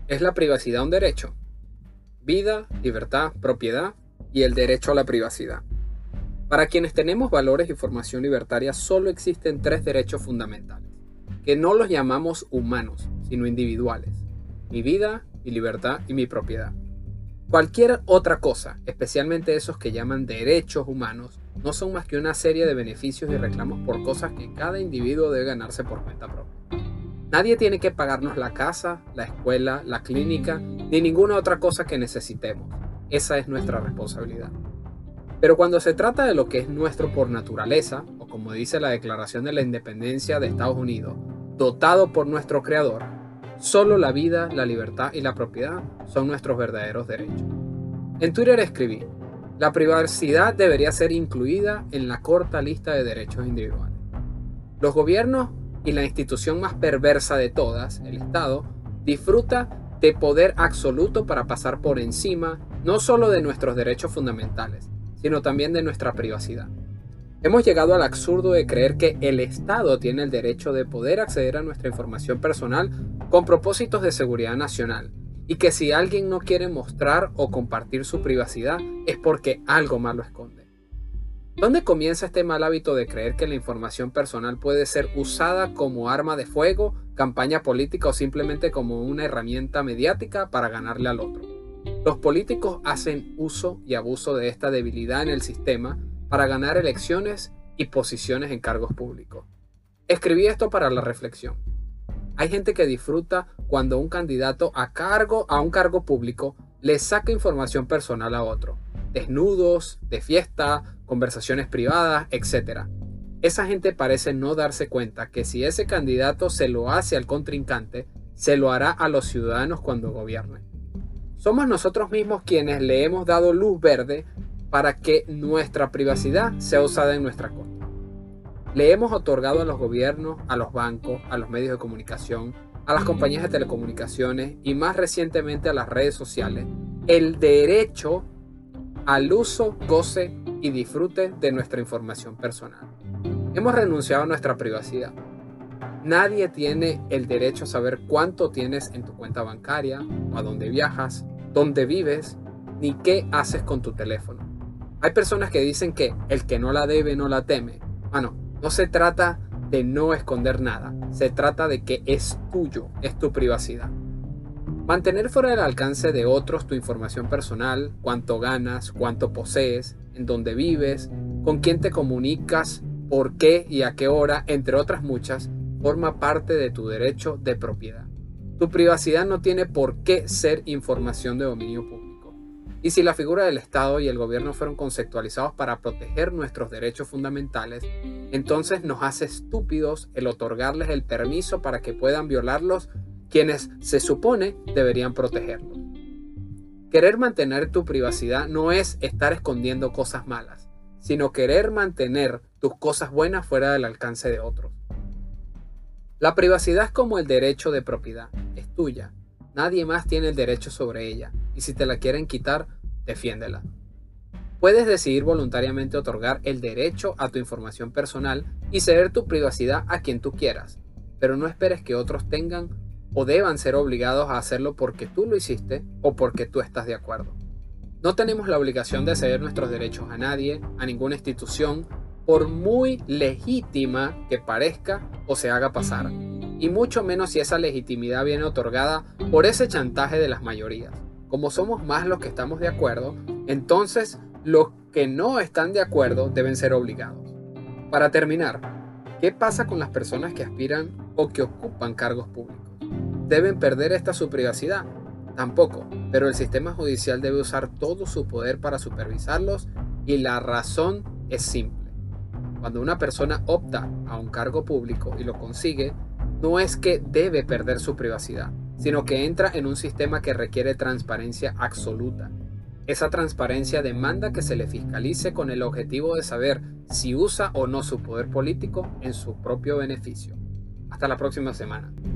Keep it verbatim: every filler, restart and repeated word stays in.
¿Es la privacidad un derecho? Vida, libertad, propiedad y el derecho a la privacidad. Para quienes tenemos valores y formación libertaria, solo existen tres derechos fundamentales, que no los llamamos humanos, sino individuales: mi vida, mi libertad y mi propiedad. Cualquier otra cosa, especialmente esos que llaman derechos humanos, no son más que una serie de beneficios y reclamos por cosas que cada individuo debe ganarse por cuenta propia. Nadie tiene que pagarnos la casa, la escuela, la clínica, ni ninguna otra cosa que necesitemos. Esa es nuestra responsabilidad. Pero cuando se trata de lo que es nuestro por naturaleza, o como dice la Declaración de la Independencia de Estados Unidos, dotado por nuestro Creador, solo la vida, la libertad y la propiedad son nuestros verdaderos derechos. En Twitter escribí: la privacidad debería ser incluida en la corta lista de derechos individuales. Los gobiernos y la institución más perversa de todas, el Estado, disfruta de poder absoluto para pasar por encima no solo de nuestros derechos fundamentales, sino también de nuestra privacidad. Hemos llegado al absurdo de creer que el Estado tiene el derecho de poder acceder a nuestra información personal con propósitos de seguridad nacional, y que si alguien no quiere mostrar o compartir su privacidad es porque algo más lo esconde. ¿Dónde comienza este mal hábito de creer que la información personal puede ser usada como arma de fuego, campaña política o simplemente como una herramienta mediática para ganarle al otro? Los políticos hacen uso y abuso de esta debilidad en el sistema para ganar elecciones y posiciones en cargos públicos. Escribí esto para la reflexión. Hay gente que disfruta cuando un candidato a cargo a un cargo público le saca información personal a otro, desnudos, de fiesta, conversaciones privadas, etcétera. Esa gente parece no darse cuenta que si ese candidato se lo hace al contrincante, se lo hará a los ciudadanos cuando gobierne. Somos nosotros mismos quienes le hemos dado luz verde para que nuestra privacidad sea usada en nuestra contra. Le hemos otorgado a los gobiernos, a los bancos, a los medios de comunicación, a las compañías de telecomunicaciones y más recientemente a las redes sociales el derecho al uso, goce y disfrute de nuestra información personal. Hemos renunciado a nuestra privacidad. Nadie tiene el derecho a saber cuánto tienes en tu cuenta bancaria, a dónde viajas, dónde vives, ni qué haces con tu teléfono. Hay personas que dicen que el que no la debe no la teme. Ah, no, no se trata de no esconder nada, se trata de que es tuyo, es tu privacidad. Mantener fuera del alcance de otros tu información personal, cuánto ganas, cuánto posees, en dónde vives, con quién te comunicas, por qué y a qué hora, entre otras muchas, forma parte de tu derecho de propiedad. Tu privacidad no tiene por qué ser información de dominio público. Y si la figura del Estado y el gobierno fueron conceptualizados para proteger nuestros derechos fundamentales, entonces nos hace estúpidos el otorgarles el permiso para que puedan violarlos quienes se supone deberían protegerlos. Querer mantener tu privacidad no es estar escondiendo cosas malas, sino querer mantener tus cosas buenas fuera del alcance de otros. La privacidad es como el derecho de propiedad, es tuya. Nadie más tiene el derecho sobre ella, y si te la quieren quitar, defiéndela. Puedes decidir voluntariamente otorgar el derecho a tu información personal y ceder tu privacidad a quien tú quieras, pero no esperes que otros tengan o deban ser obligados a hacerlo porque tú lo hiciste o porque tú estás de acuerdo. No tenemos la obligación de ceder nuestros derechos a nadie, a ninguna institución, por muy legítima que parezca o se haga pasar, y mucho menos si esa legitimidad viene otorgada por ese chantaje de las mayorías. Como somos más los que estamos de acuerdo, entonces los que no están de acuerdo deben ser obligados. Para terminar, ¿qué pasa con las personas que aspiran o que ocupan cargos públicos? ¿Deben perder esta su privacidad? Tampoco, pero el sistema judicial debe usar todo su poder para supervisarlos y la razón es simple. Cuando una persona opta a un cargo público y lo consigue, no es que debe perder su privacidad, sino que entra en un sistema que requiere transparencia absoluta. Esa transparencia demanda que se le fiscalice con el objetivo de saber si usa o no su poder político en su propio beneficio. Hasta la próxima semana.